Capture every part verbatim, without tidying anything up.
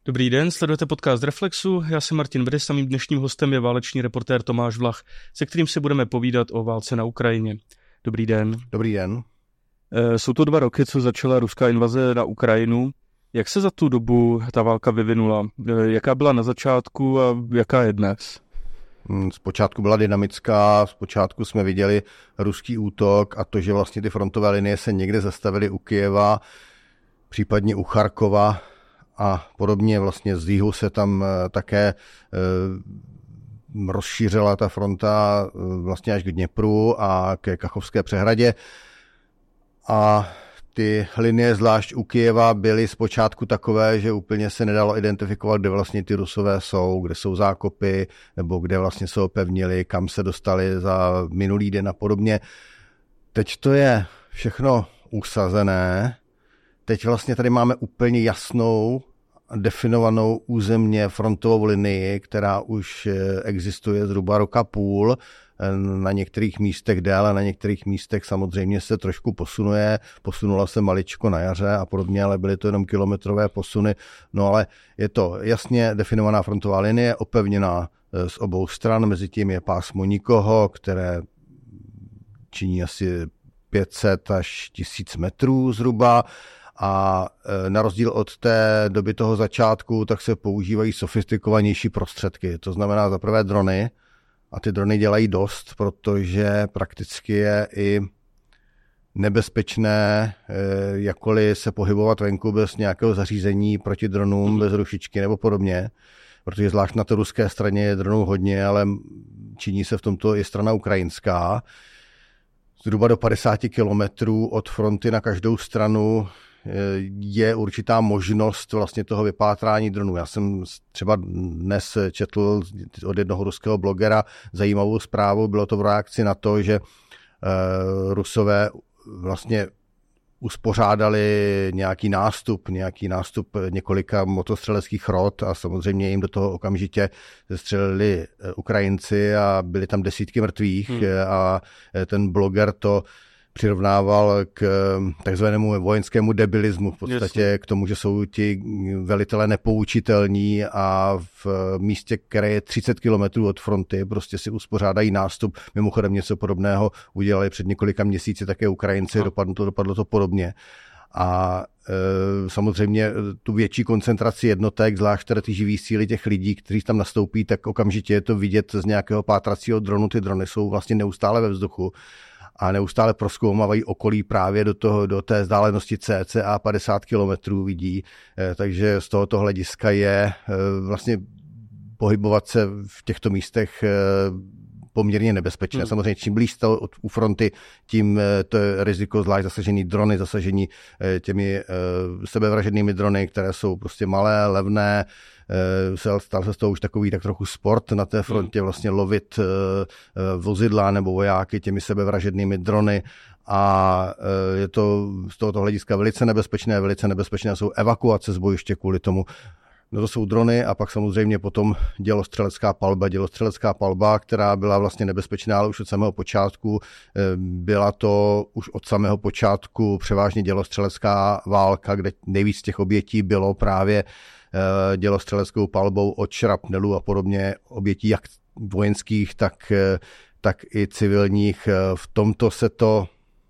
Dobrý den, sledujete podcast Reflexu, já jsem Martin Brys a mým dnešním hostem je válečný reportér Tomáš Vlach, se kterým si budeme povídat o válce na Ukrajině. Dobrý den. Dobrý den. Jsou to dva roky, co začala ruská invaze na Ukrajinu. Jak se za tu dobu ta válka vyvinula? Jaká byla na začátku a jaká je dnes? Zpočátku byla dynamická, zpočátku jsme viděli ruský útok a to, že vlastně ty frontové linie se někde zastavily u Kyjeva, případně u Charkova a podobně. Vlastně z jihu se tam také rozšířila ta fronta vlastně až k Dněpru a ke Kachovské přehradě. A ty linie, zvlášť u Kyjeva, byly zpočátku takové, že úplně se nedalo identifikovat, kde vlastně ty Rusové jsou, kde jsou zákopy, nebo kde vlastně se opevnili, kam se dostali za minulý den a podobně. Teď to je všechno usazené. Teď vlastně tady máme úplně jasnou, definovanou územně frontovou linii, která už existuje zhruba roka půl. Na některých místech déle, na některých místech samozřejmě se trošku posunuje, posunula se maličko na jaře a podobně, ale byly to jenom kilometrové posuny. No ale je to jasně definovaná frontová linie, opevněná z obou stran, mezi tím je pásmo nikoho, které činí asi pět set až tisíc metrů zhruba. A na rozdíl od té doby toho začátku, tak se používají sofistikovanější prostředky. To znamená za prvé drony, a ty drony dělají dost, protože prakticky je i nebezpečné jakkoliv se pohybovat venku bez nějakého zařízení proti dronům, bez rušičky nebo podobně. Protože zvlášť na té ruské straně je dronů hodně, ale činí se v tomto i strana ukrajinská. Zhruba do padesát kilometrů od fronty na každou stranu je určitá možnost vlastně toho vypátrání dronů. Já jsem třeba dnes četl od jednoho ruského blogera zajímavou zprávu, bylo to v reakci na to, že Rusové vlastně uspořádali nějaký nástup, nějaký nástup několika motostřeleckých rot a samozřejmě jim do toho okamžitě střelili Ukrajinci a byly tam desítky mrtvých hmm. a ten bloger to přirovnával k takzvanému vojenskému debilismu, v podstatě Jasně. k tomu, že jsou ti velitelé nepoučitelní a v místě, které je třicet kilometrů od fronty, prostě si uspořádají nástup. Mimochodem něco podobného udělali před několika měsíci také Ukrajinci, no. dopadlo, to, dopadlo to podobně. A e, samozřejmě tu větší koncentraci jednotek, zvlášť teda ty živý síly těch lidí, kteří tam nastoupí, tak okamžitě je to vidět z nějakého pátracího dronu. Ty drony jsou vlastně neustále ve vzduchu a neustále prozkoumávají okolí právě do, toho, do té vzdálenosti cca padesát kilometrů vidí. Takže z tohoto hlediska je vlastně pohybovat se v těchto místech poměrně nebezpečné. Hmm. Samozřejmě čím blíž to od, u fronty, tím to je riziko zvlášť zasažení drony, zasažení těmi sebevražednými drony, které jsou prostě malé, levné. Stal se z toho už takový tak trochu sport na té frontě, vlastně lovit vozidla nebo vojáky těmi sebevražednými drony a je to z tohoto hlediska velice nebezpečné, velice nebezpečné jsou evakuace z bojiště kvůli tomu. No to jsou drony a pak samozřejmě potom dělostřelecká palba. Dělostřelecká palba, která byla vlastně nebezpečná, ale už od samého počátku. Byla to už od samého počátku převážně dělostřelecká válka, kde nejvíc těch obětí bylo právě dělostřeleckou palbou od šrapnelů a podobně, obětí jak vojenských, tak, tak i civilních. V tomto se to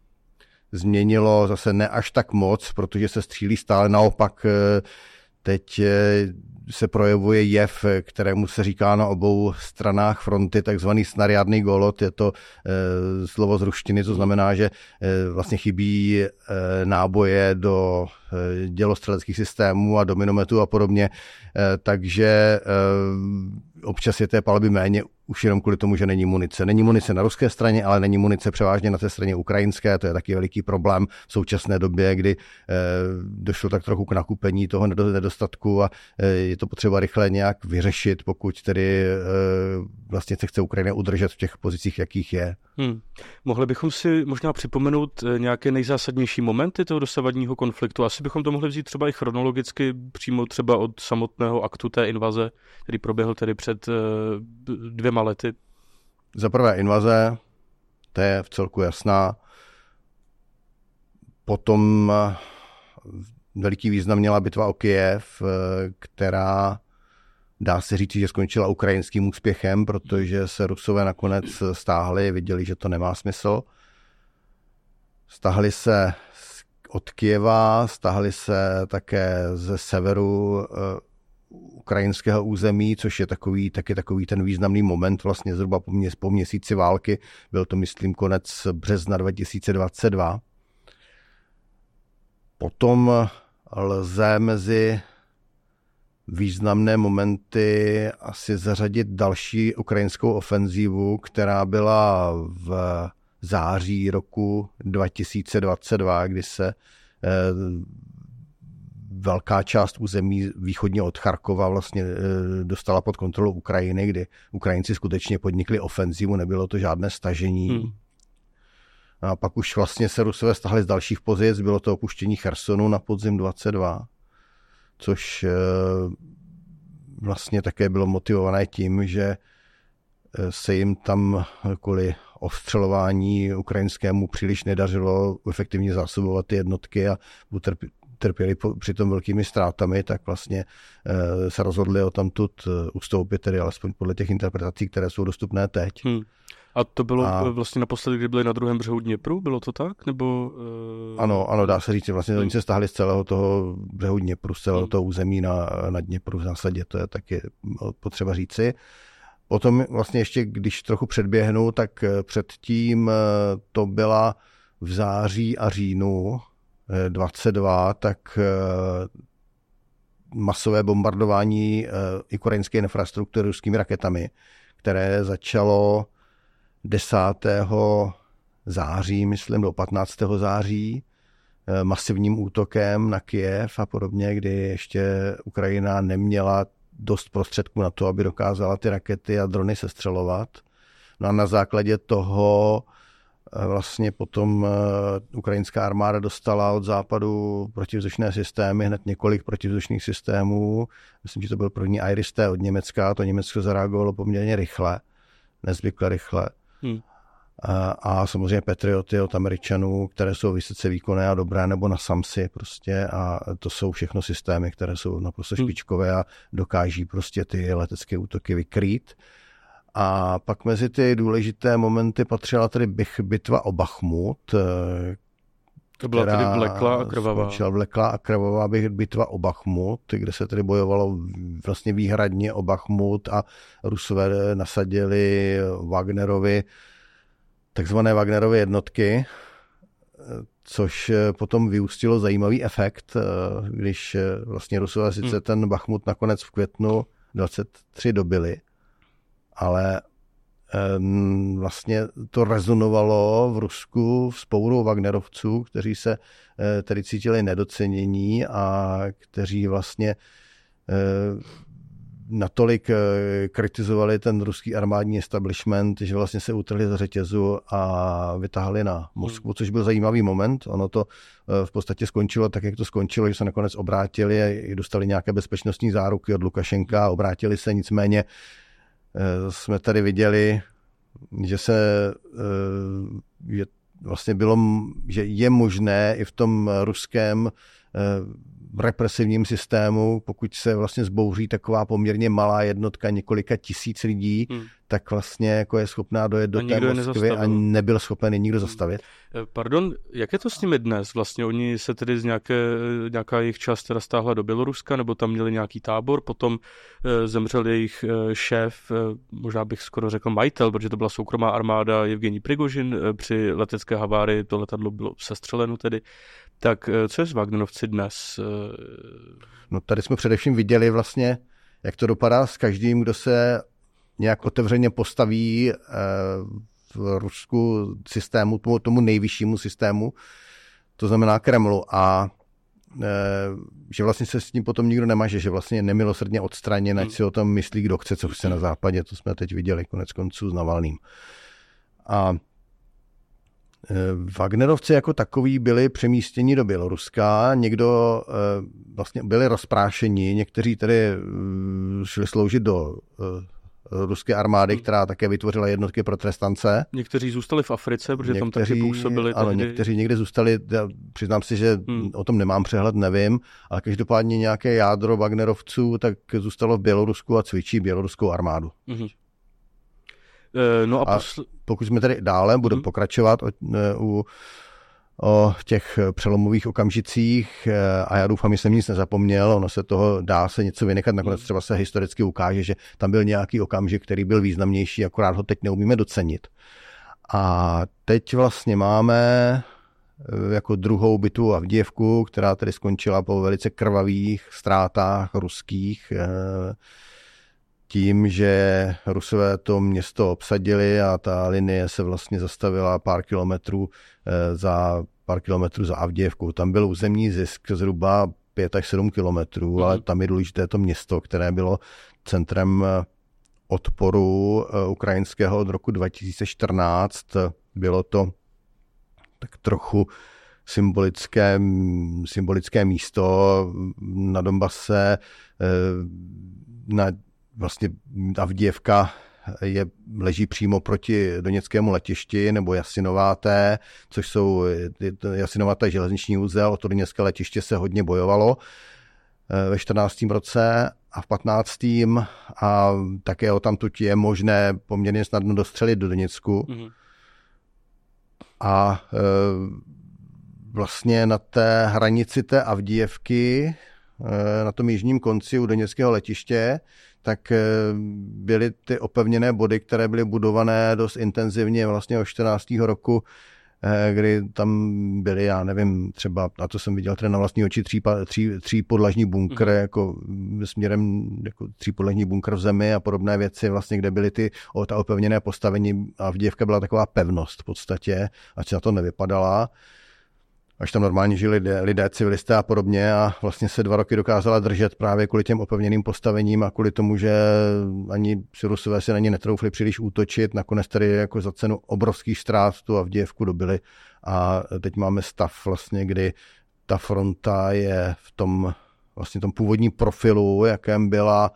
změnilo zase ne až tak moc, protože se střílí stále naopak. Teď se projevuje jev, kterému se říká na obou stranách fronty takzvaný snariadný golod. Je to e, slovo z ruštiny, to znamená, že e, vlastně chybí e, náboje do e, dělostřeleckých systémů a do minometů a podobně. E, takže e, občas je té palby méně, už jenom kvůli tomu, že není munice. Není munice na ruské straně, ale není munice převážně na té straně ukrajinské. To je taky veliký problém v současné době, kdy e, došlo tak trochu k nakupení toho nedostatku a e, je to potřeba rychle nějak vyřešit, pokud tedy e, vlastně se chce Ukrajina udržet v těch pozicích, jakých je. Hmm. Mohli bychom si možná připomenout nějaké nejzásadnější momenty toho dosavadního konfliktu. Asi bychom to mohli vzít třeba i chronologicky, přímo třeba od samotného aktu té invaze, který proběhl tedy před e, dvěma lety. Za prvé invaze, to je v celku jasná. Potom veliký význam měla bitva o Kyjev, která dá se říct, že skončila ukrajinským úspěchem, protože se Rusové nakonec stáhli, viděli, že to nemá smysl. Stáhli se od Kyjeva, stáhli se také ze severu ukrajinského území, což je takový, taky takový ten významný moment vlastně zhruba po, mě, po měsíci války. Byl to, myslím, konec března dva tisíce dvacet dva. Potom lze mezi významné momenty asi zařadit další ukrajinskou ofenzívu, která byla v září roku dva tisíce dvacet dva, kdy se eh, velká část území východně od Charkova vlastně eh, dostala pod kontrolu Ukrajiny, kdy Ukrajinci skutečně podnikli ofenzívu, nebylo to žádné stažení. Hmm. A pak už vlastně se Rusové stahli z dalších pozic, bylo to opuštění Chersonu na podzim dvacet dva, což vlastně také bylo motivované tím, že se jim tam kvůli ostřelování ukrajinskému příliš nedařilo efektivně zásobovat ty jednotky a trpěli přitom velkými ztrátami, tak vlastně se rozhodli o tamtud ustoupit, tedy alespoň podle těch interpretací, které jsou dostupné teď. Hmm. A to bylo a... vlastně naposledy, kdy byli na druhém břehu Dněpru, bylo to tak? Nebo, uh... Ano, ano, dá se říct, vlastně hmm. oni se stáhli z celého toho břehu Dněpru, z celého hmm. toho území na, na Dněpru v zásadě, to je taky potřeba říci. Potom vlastně ještě, když trochu předběhnu, tak předtím to byla v září a říjnu dvacet dva, tak masové bombardování i ukrajinské infrastruktury ruskými raketami, které začalo desátého září, myslím, do patnáctého září, masivním útokem na Kyjev a podobně, kdy ještě Ukrajina neměla dost prostředků na to, aby dokázala ty rakety a drony sestřelovat. No a na základě toho vlastně potom ukrajinská armáda dostala od západu protivzdušné systémy, hned několik protivzdušných systémů. Myslím, že to byl první Iris-T od Německa, to Německo zareagovalo poměrně rychle, nezvykle rychle. Hmm. A, a samozřejmě Patrioty od Američanů, které jsou vysoce výkonné a dobré, nebo na SAMSy prostě, a to jsou všechno systémy, které jsou naprosto špičkové a dokáží prostě ty letecké útoky vykrýt. A pak mezi ty důležité momenty patřila tedy bitva o Bachmut, to byla tedy vleklá a krvavá. Vleklá a krvavá bitva o Bachmut, kde se tedy bojovalo vlastně výhradně o Bachmut a Rusové nasadili Wagnerovi, takzvané Wagnerovy jednotky, což potom vyústilo zajímavý efekt, když vlastně Rusové sice hmm. ten Bachmut nakonec v květnu dvacet tři dobili, ale vlastně to rezonovalo v Rusku vzpourou Wagnerovců, kteří se tedy cítili nedocenění a kteří vlastně natolik kritizovali ten ruský armádní establishment, že vlastně se utrhli z řetězu a vytáhli na Moskvu, což byl zajímavý moment. Ono to v podstatě skončilo tak, jak to skončilo, že se nakonec obrátili a dostali nějaké bezpečnostní záruky od Lukašenka a obrátili se, nicméně jsme tady viděli, že se že vlastně bylo, že je možné i v tom ruském represivním systému, pokud se vlastně zbouří taková poměrně malá jednotka několika tisíc lidí, hmm. tak vlastně jako je schopná dojet do té Moskvy a nebyl schopen je nikdo zastavit. Pardon, jak je to s nimi dnes? Vlastně oni se tedy z nějaké, nějaká jejich část teda stáhla do Běloruska, nebo tam měli nějaký tábor, potom zemřel jejich šéf, možná bych skoro řekl majitel, protože to byla soukromá armáda Evgenij Prigožin, při letecké havárii to letadlo bylo sestřeleno tedy. Tak co je s Wagnerovci dnes? No tady jsme především viděli vlastně, jak to dopadá s každým, kdo se nějak otevřeně postaví v Rusku systému, tomu, tomu nejvyššímu systému, to znamená Kremlu, a že vlastně se s ním potom nikdo nemaže, že vlastně je nemilosrdně odstraněn, ať si o tom myslí, kdo chce, co chce na západě, to jsme teď viděli konec konců s Navalným. A Wagnerovci jako takový byli přemístěni do Běloruska, někdo vlastně byli rozprášeni, někteří tedy šli sloužit do ruské armády, která také vytvořila jednotky pro trestance. Někteří zůstali v Africe, protože někteří, tam taky působili. Ano, tehdy. Někteří někde zůstali, přiznám si, že hmm. o tom nemám přehled, nevím, ale každopádně nějaké jádro Wagnerovců tak zůstalo v Bělorusku a cvičí běloruskou armádu. Hmm. E, no a, a posl... pokud jsme tady dále, budeme hmm. pokračovat o, u o těch přelomových okamžicích a já doufám, že jsem nic nezapomněl, ono se toho dá se něco vynechat, nakonec třeba se historicky ukáže, že tam byl nějaký okamžik, který byl významnější, akorát ho teď neumíme docenit. A teď vlastně máme jako druhou bitvu Avdijevku, která tedy skončila po velice krvavých ztrátách ruských, tím, že Rusové to město obsadili a ta linie se vlastně zastavila pár kilometrů za pár kilometrů za Avdijevkou. Tam byl územní zisk zhruba pět až sedm kilometrů, mm. ale tam je důležité to město, které bylo centrem odporu ukrajinského od roku dva tisíce čtrnáct. Bylo to tak trochu symbolické, symbolické místo na Donbase, na vlastně Avdijevka je, leží přímo proti doněckému letišti nebo Jasinováté, což jsou Jasinováté železniční úzel. O to doněcké letiště se hodně bojovalo ve čtrnáctém roce a v patnáctém a také odtamtud je možné poměrně snadno dostřelit do Doněcku. Mm-hmm. A e, vlastně na té hranici té Avdijevky, e, na tom jižním konci u doněckého letiště, tak byly ty opevněné body, které byly budované dost intenzivně vlastně od čtrnáctého roku, kdy tam byly, já nevím, třeba, a to jsem viděl teda na vlastní oči, tří, tří, tří podlažní bunkr, mm. jako směrem jako tří podlažní bunkr v zemi a podobné věci, vlastně, kde byly ty o, ta opevněné postavení a Avdijevka byla taková pevnost v podstatě, ať na to nevypadala. Až tam normálně žili lidé, lidé, civilisté a podobně a vlastně se dva roky dokázala držet právě kvůli těm opevněným postavením a kvůli tomu, že ani si Rusové si na ně netroufli příliš útočit, nakonec tady jako za cenu obrovských ztrát tu Avdijevku dobili a teď máme stav vlastně, kdy ta fronta je v tom vlastně tom původním profilu, jakém byla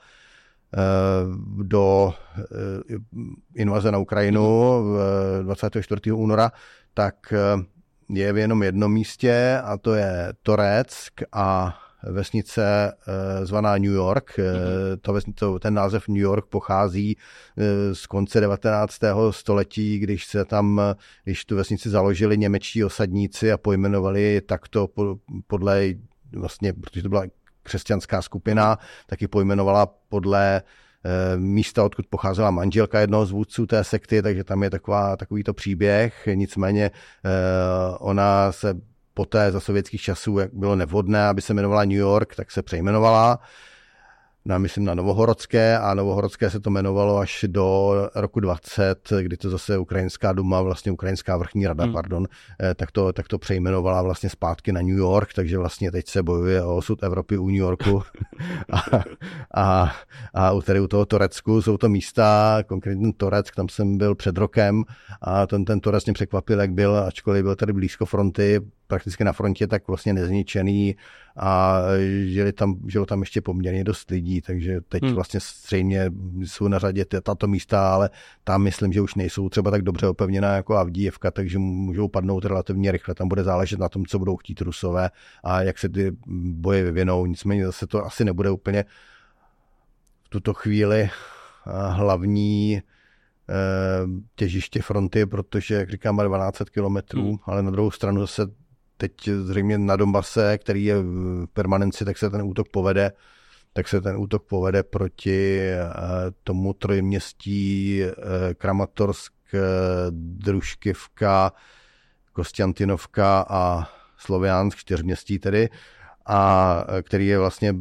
do invaze na Ukrajinu dvacátého čtvrtého února, tak je v jenom jednom místě a to je Toreck a vesnice e, zvaná New York. E, to vesnice, ten název New York pochází e, z konce devatenáctého století, když se tam, když tu vesnici založili němečtí osadníci a pojmenovali takto po, podle, vlastně, protože to byla křesťanská skupina, taky pojmenovala podle místa, odkud pocházela manželka jednoho z vůdců té sekty, takže tam je taková, takovýto příběh. Nicméně ona se poté za sovětských časů, jak bylo nevhodné, aby se jmenovala New York, tak se přejmenovala. No, myslím na Novohorodské a Novohorodské se to jmenovalo až do roku dvacet, kdy to zase Ukrajinská duma, vlastně Ukrajinská vrchní rada, hmm. pardon, tak to, tak to přejmenovala vlastně zpátky na New York, takže vlastně teď se bojuje o osud Evropy u New Yorku a, a, a u, tady u toho Torecku jsou to místa, konkrétně ten Toreck, tam jsem byl před rokem a ten, ten Toreck mě překvapil, jak byl, ačkoliv byl tady blízko fronty, prakticky na frontě, tak vlastně nezničený a žili tam, žilo tam ještě poměrně dost lidí, takže teď hmm. vlastně zřejmě jsou na řadě tato místa, ale tam myslím, že už nejsou třeba tak dobře opevněná jako Avdijevka, takže můžou padnout relativně rychle. Tam bude záležet na tom, co budou chtít Rusové a jak se ty boje vyvinou. Nicméně zase to asi nebude úplně v tuto chvíli hlavní těžiště fronty, protože, jak říkám, má dvanáct set kilometrů, hmm. ale na druhou stranu zase teď zřejmě na Donbase, který je v permanenci, tak se ten útok povede, tak se ten útok povede proti tomu trojměstí Kramatorsk, Družkivka, Kostiantinovka a Sloviansk, čtyřměstí tedy, a který je vlastně,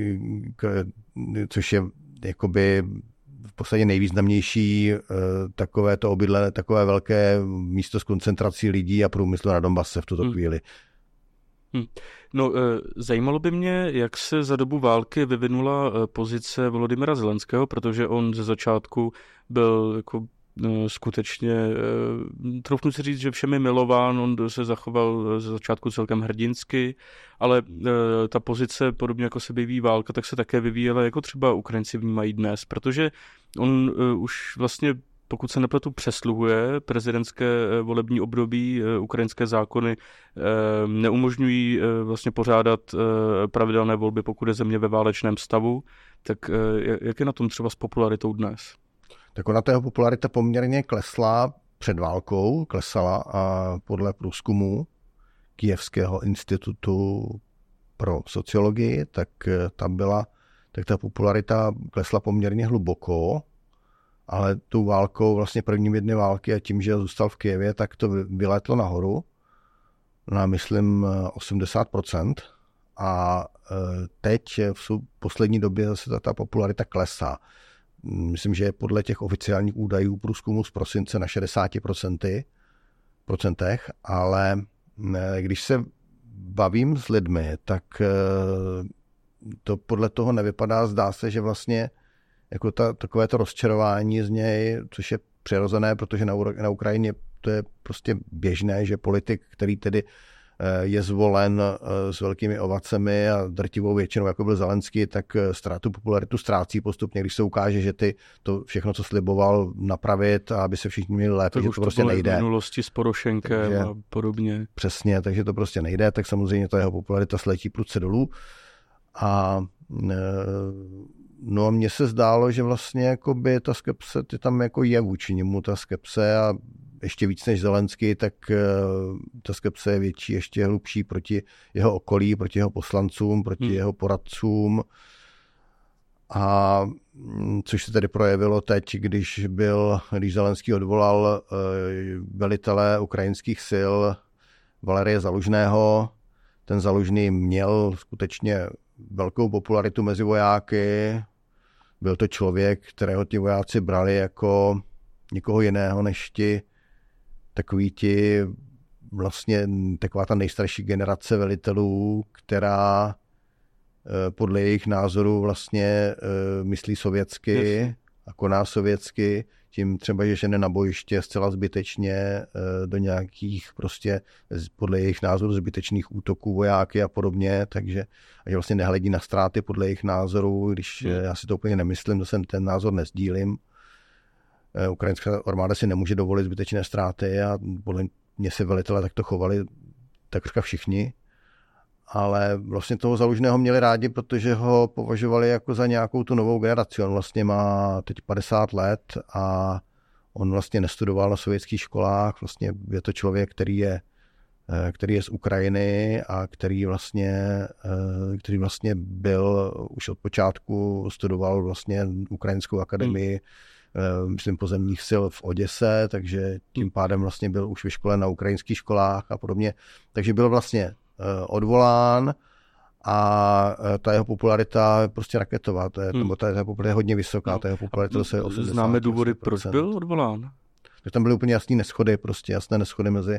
což je jakoby v podstatě nejvýznamnější takové to obydlené, takové velké místo s koncentrací lidí a průmyslu na Donbase v tuto hmm. chvíli. Hmm. No, zajímalo by mě, jak se za dobu války vyvinula pozice Volodymyra Zelenského, protože on ze začátku byl jako skutečně, troufnu si říct, že všemi milován, on se zachoval ze začátku celkem hrdinsky, ale ta pozice, podobně jako se vyvíjí válka, tak se také vyvíjela, jako třeba Ukrajinci vnímají dnes, protože on už vlastně, pokud se nepletu, přesluhuje prezidentské volební období, ukrajinské zákony neumožňují vlastně pořádat pravidelné volby, pokud je země ve válečném stavu, tak jak je na tom třeba s popularitou dnes? Tak ona ta jeho popularita poměrně klesla před válkou, klesala a podle průzkumu Kyjevského institutu pro sociologii, tak ta byla, tak ta popularita klesla poměrně hluboko, ale tou válkou, vlastně prvními dny války a tím, že zůstal v Kyjevě, tak to vylétlo nahoru na, myslím, osmdesát procent a teď v poslední době zase ta, ta popularita klesá. Myslím, že je podle těch oficiálních údajů průzkumu z prosince na šedesát procent, ale když se bavím s lidmi, tak to podle toho nevypadá. Zdá se, že vlastně jako ta, takové to rozčarování z něj, což je přirozené, protože na, na Ukrajině to je prostě běžné, že politik, který tedy je zvolen s velkými ovacemi a drtivou většinou, jako byl Zelenský, tak ztrátu popularitu ztrácí postupně, když se ukáže, že ty to všechno, co sliboval napravit a aby se všichni měli lépe, tak že to, to prostě nejde. V minulosti s Porošenkem takže, a podobně. Přesně, takže to prostě nejde, tak samozřejmě ta jeho popularita sletí prudce dolů. A no a mně se zdálo, že vlastně jakoby ta skepse, ty tam jako je vůči němu ta skepse a ještě víc než Zelenský, tak ta skepse je větší, ještě hlubší proti jeho okolí, proti jeho poslancům, proti hmm. jeho poradcům. A což se tedy projevilo teď, když byl, když Zelenský odvolal velitele ukrajinských sil Valerie Zalužného. Ten Zalužný měl skutečně velkou popularitu mezi vojáky. Byl to člověk, kterého ti vojáci brali jako nikoho jiného než ti takový ti vlastně taková ta nejstarší generace velitelů, která podle jejich názoru vlastně myslí sovětsky yes. a koná sovětsky, tím třeba, že žene na bojiště zcela zbytečně do nějakých prostě podle jejich názoru zbytečných útoků vojáky a podobně, takže že vlastně nehledí na ztráty podle jejich názoru, když hmm. já si to úplně nemyslím, to jsem ten názor nezdílím. Ukrajinská armáda si nemůže dovolit zbytečné ztráty a podle mě se velitelé takto chovali takřka všichni, ale vlastně toho Zalužného měli rádi, protože ho považovali jako za nějakou tu novou generaci. On vlastně má teď padesát let a on vlastně nestudoval na sovětských školách, vlastně je to člověk, který je, který je z Ukrajiny a který vlastně, který vlastně byl už od počátku, studoval vlastně Ukrajinskou akademii, hmm. myslím pozemních sil v Oděse, takže tím pádem vlastně byl už vyškolen na ukrajinských školách a podobně. Takže byl vlastně odvolán a ta jeho popularita je prostě raketová, to je, hmm. ta jeho popularita je hodně vysoká, ta jeho popularita se je osmdesát. Známe důvody, proč byl odvolán? Tak tam byly úplně jasné neschody, prostě jasné neschody mezi,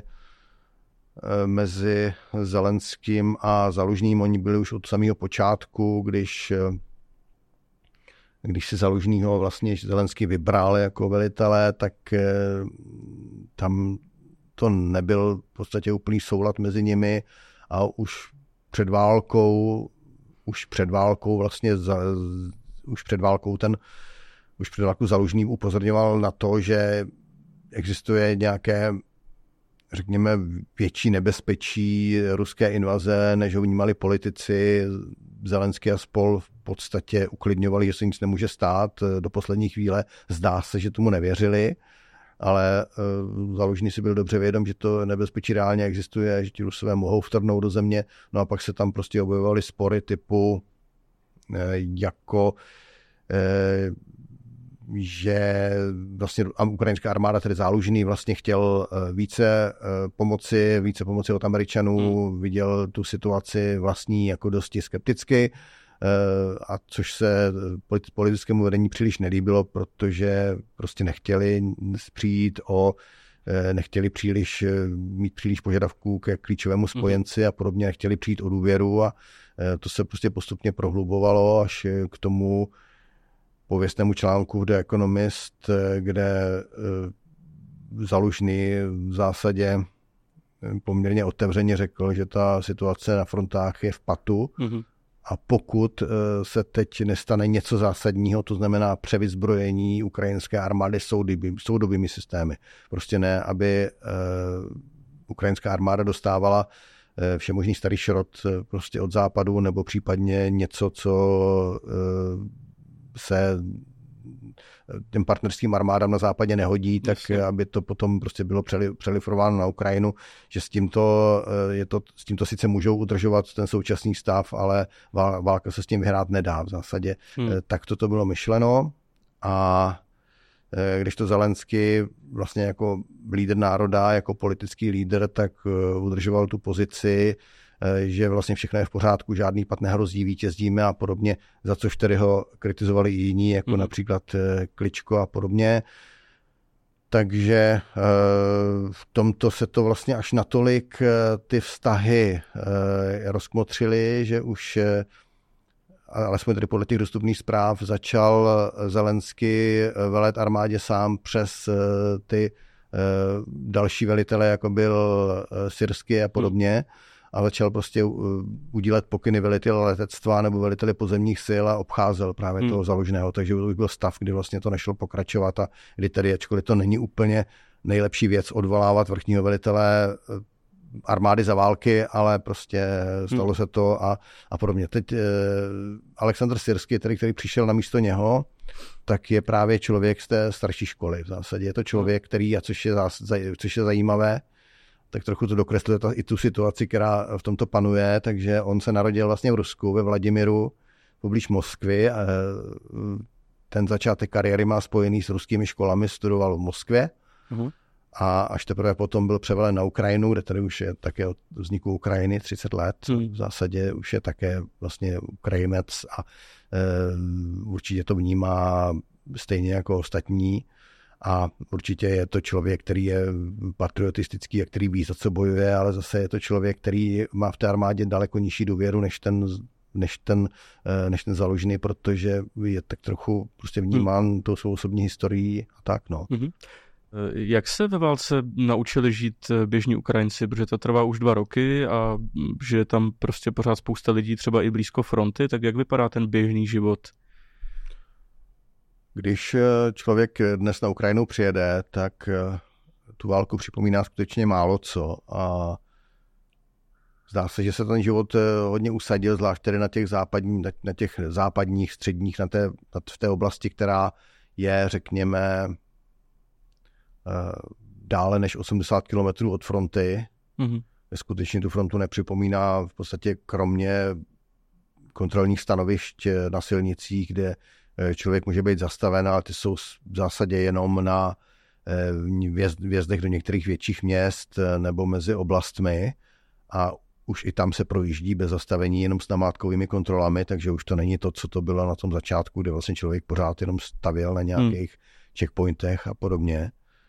mezi Zelenským a Zalužným. Oni byli už od samého počátku, když když si Zalužnýho vlastně Zelenský vybral jako velitele, tak tam to nebyl v podstatě úplný soulad mezi nimi a už před válkou, už před válkou vlastně, za, už před válkou ten, už před válkou Zalužný upozorňoval na to, že existuje nějaké, řekněme, větší nebezpečí ruské invaze, než ho vnímali politici. Zelenský a spol v podstatě uklidňovali, že se nic nemůže stát. Do poslední chvíle zdá se, že tomu nevěřili, ale uh, Zalužný si byl dobře vědom, že to nebezpečí reálně existuje, že ti Rusové mohou vtrhnout do země, no a pak se tam prostě objevovaly spory typu uh, jako uh, že vlastně ukrajinská armáda, tedy Zálužný, vlastně chtěl více pomoci, více pomoci od Američanů, hmm. viděl tu situaci vlastní jako dosti skepticky, a což se politickému vedení příliš nelíbilo, protože prostě nechtěli přijít o, nechtěli příliš mít příliš požadavků ke klíčovému spojenci a podobně, nechtěli přijít o důvěru a to se prostě postupně prohlubovalo až k tomu pověstnému článku v The Economist, kde Zalužný v zásadě poměrně otevřeně řekl, že ta situace na frontách je v patu mm-hmm. a pokud se teď nestane něco zásadního, to znamená převyzbrojení ukrajinské armády soudobými, soudobými systémy. Prostě ne, aby ukrajinská armáda dostávala všemožný starý šrot prostě od západu nebo případně něco, co se těm partnerským armádám na západě nehodí, tak Jasně. aby to potom prostě bylo přelifrováno na Ukrajinu, že s tímto, je to, s tímto sice můžou udržovat ten současný stav, ale válka se s tím vyhrát nedá v zásadě. Hmm. Tak toto bylo myšleno a když to Zelenský vlastně jako lídr národa, jako politický lídr, tak udržoval tu pozici, že vlastně všechno je v pořádku, žádný pad nehrozí, vítězíme a podobně, za což tedy ho kritizovali i jiní, jako mm. například Kličko a podobně. Takže v tomto se to vlastně až natolik ty vztahy rozkmotřily, že už, alespoň tedy podle těch dostupných zpráv, začal Zelenský velet armádě sám přes ty další velitele, jako byl Syrský a podobně. Mm. A začal prostě udílet pokyny velitele letectva nebo velitele pozemních sil a obcházel právě hmm. toho Zalužného. Takže už byl stav, kdy vlastně to nešlo pokračovat a kdy tedy, ačkoliv to není úplně nejlepší věc odvolávat vrchního velitele armády za války, ale prostě stalo hmm. se to a, a podobně. Teď eh, Alexandr Syrský, který, který přišel na místo něho, tak je právě člověk z té starší školy. V zásadě je to člověk, který, a což je, zás, což je zajímavé, tak trochu to dokresluje ta, i tu situaci, která v tomto panuje, takže on se narodil vlastně v Rusku, ve Vladimiru, poblíž Moskvy. Ten začátek kariéry má spojený s ruskými školami, studoval v Moskvě uh-huh. a až teprve potom byl převelen na Ukrajinu, kde tady už je také od vzniku Ukrajiny třicet let. Uh-huh. V zásadě už je také vlastně Ukrajinec a e, určitě to vnímá stejně jako ostatní. A určitě je to člověk, který je patriotistický a který ví, za co bojuje, ale zase je to člověk, který má v té armádě daleko nižší důvěru než ten, než ten, než ten Zalužný, protože je tak trochu prostě vnímán hmm. tou svou osobní historií a tak, no. Hmm. Jak se ve válce naučili žít běžní Ukrajinci, protože to trvá už dva roky a že je tam prostě pořád spousta lidí třeba i blízko fronty, tak jak vypadá ten běžný život? Když člověk dnes na Ukrajinu přijede, tak tu válku připomíná skutečně málo co a zdá se, že se ten život hodně usadil, zvlášť tedy na těch, západní, na těch západních, středních, na té, v té oblasti, která je, řekněme, dále než osmdesát kilometrů od fronty. Mm-hmm. Skutečně tu frontu nepřipomíná v podstatě kromě kontrolních stanovišť na silnicích, kde člověk může být zastaven, ale ty jsou v zásadě jenom na vjezdech do některých větších měst nebo mezi oblastmi a už i tam se projíždí bez zastavení jenom s namátkovými kontrolami, takže už to není to, co to bylo na tom začátku, kde vlastně člověk pořád jenom stavěl na nějakých hmm. checkpointech a podobně.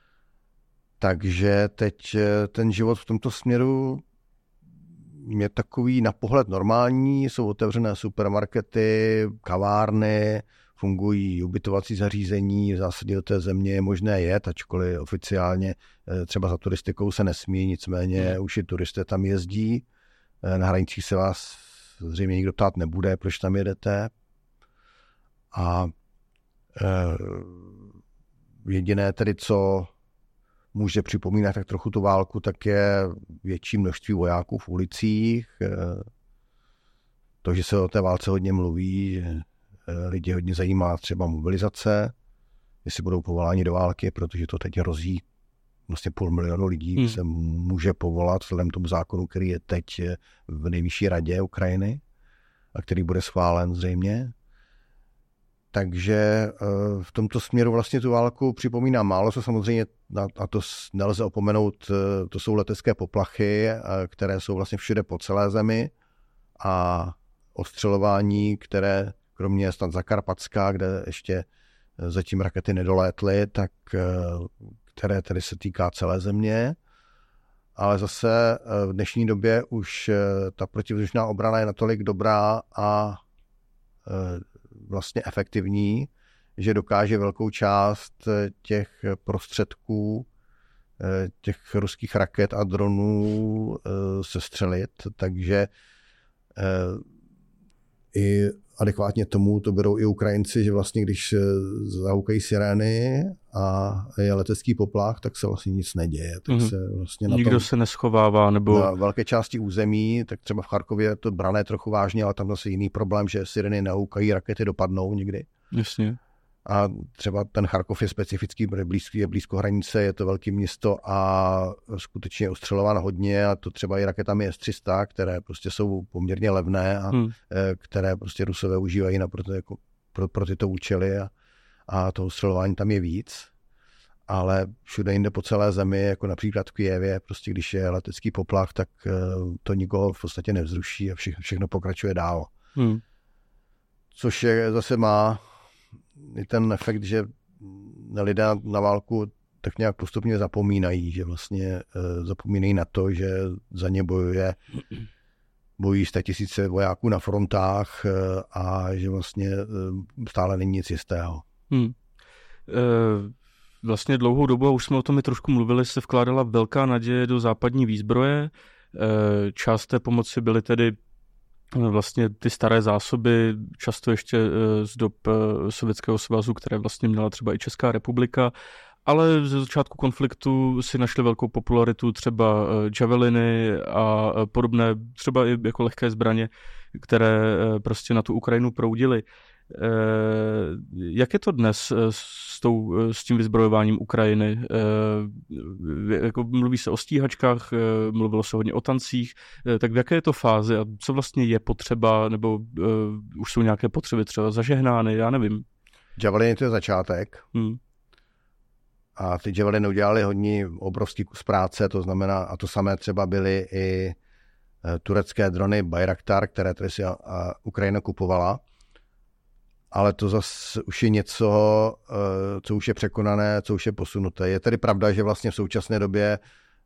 Takže teď ten život v tomto směru je takový na pohled normální, jsou otevřené supermarkety, kavárny, fungují ubytovací zařízení, v zásadě do té země je možné jet, ačkoliv oficiálně třeba za turistikou se nesmí, nicméně už i turisté tam jezdí. Na hranicích se vás zřejmě nikdo ptát nebude, proč tam jedete. A e, jediné tedy, co může připomínat tak trochu tu válku, tak je větší množství vojáků v ulicích. E, to, že se o té válce hodně mluví, že lidi hodně zajímá třeba mobilizace, jestli budou povoláni do války, protože to teď hrozí. Vlastně půl milionu lidí hmm. se může povolat vzhledem tomu zákonu, který je teď v nejvyšší radě Ukrajiny a který bude schválen zřejmě. Takže v tomto směru vlastně tu válku připomíná málo, co samozřejmě, a to nelze opomenout, to jsou letecké poplachy, které jsou vlastně všude po celé zemi a ostřelování, které kromě snad Zakarpatská, kde ještě zatím rakety nedolétly, tak které tedy se týká celé země. Ale zase v dnešní době už ta protivzdušná obrana je natolik dobrá a vlastně efektivní, že dokáže velkou část těch prostředků, těch ruských raket a dronů sestřelit, takže i adekvátně tomu to berou i Ukrajinci, že vlastně když zahoukají sirény a je letecký poplach, tak se vlastně nic neděje. Tak mm-hmm. se vlastně na Nikdo tom, se neschovává, nebo... Na velké části území, tak třeba v Charkově je to brané trochu vážně, ale tam zase jiný problém, že sireny nahoukají, rakety dopadnou někdy. Jasně. A třeba ten Charkov je specifický, protože blízko, je blízko hranice, je to velké město a skutečně je ostřelován hodně a to třeba i raketami S tři sta, které prostě jsou poměrně levné a hmm. které prostě Rusové užívají na pro, jako, pro, pro tyto účely a, a to ostřelování tam je víc. Ale všude jinde po celé zemi, jako například v Kyjevě, prostě když je letecký poplach, tak to nikoho v podstatě nevzruší a vše, všechno pokračuje dál. Hmm. Což je, zase má i ten efekt, že lidé na válku tak nějak postupně zapomínají, že vlastně uh, zapomínají na to, že za ně bojuje bojují statisíce vojáků na frontách uh, a že vlastně uh, stále není nic jistého. Hmm. Uh, vlastně dlouhou dobu, a už jsme o tom i trošku mluvili, se vkládala velká naděje do západní výzbroje. Uh, část té pomoci byly tedy vlastně ty staré zásoby, často ještě z dob Sovětského svazu, které vlastně měla třeba i Česká republika, ale ze začátku konfliktu si našli velkou popularitu třeba javeliny a podobné, třeba i jako lehké zbraně, které prostě na tu Ukrajinu proudily. Jak je to dnes s, tou, s tím vyzbrojováním Ukrajiny? Jako mluví se o stíhačkách, mluvilo se hodně o tancích, tak v jaké je to fázi a co vlastně je potřeba, nebo uh, už jsou nějaké potřeby třeba zažehnány, já nevím. Javeliny to je začátek. Hmm. A ty javeliny udělali hodně obrovský kus práce, to znamená, a to samé třeba byly i turecké drony Bayraktar, které tady si a, a Ukrajina kupovala. Ale to zase už je něco, co už je překonané, co už je posunuté. Je tedy pravda, že vlastně v současné době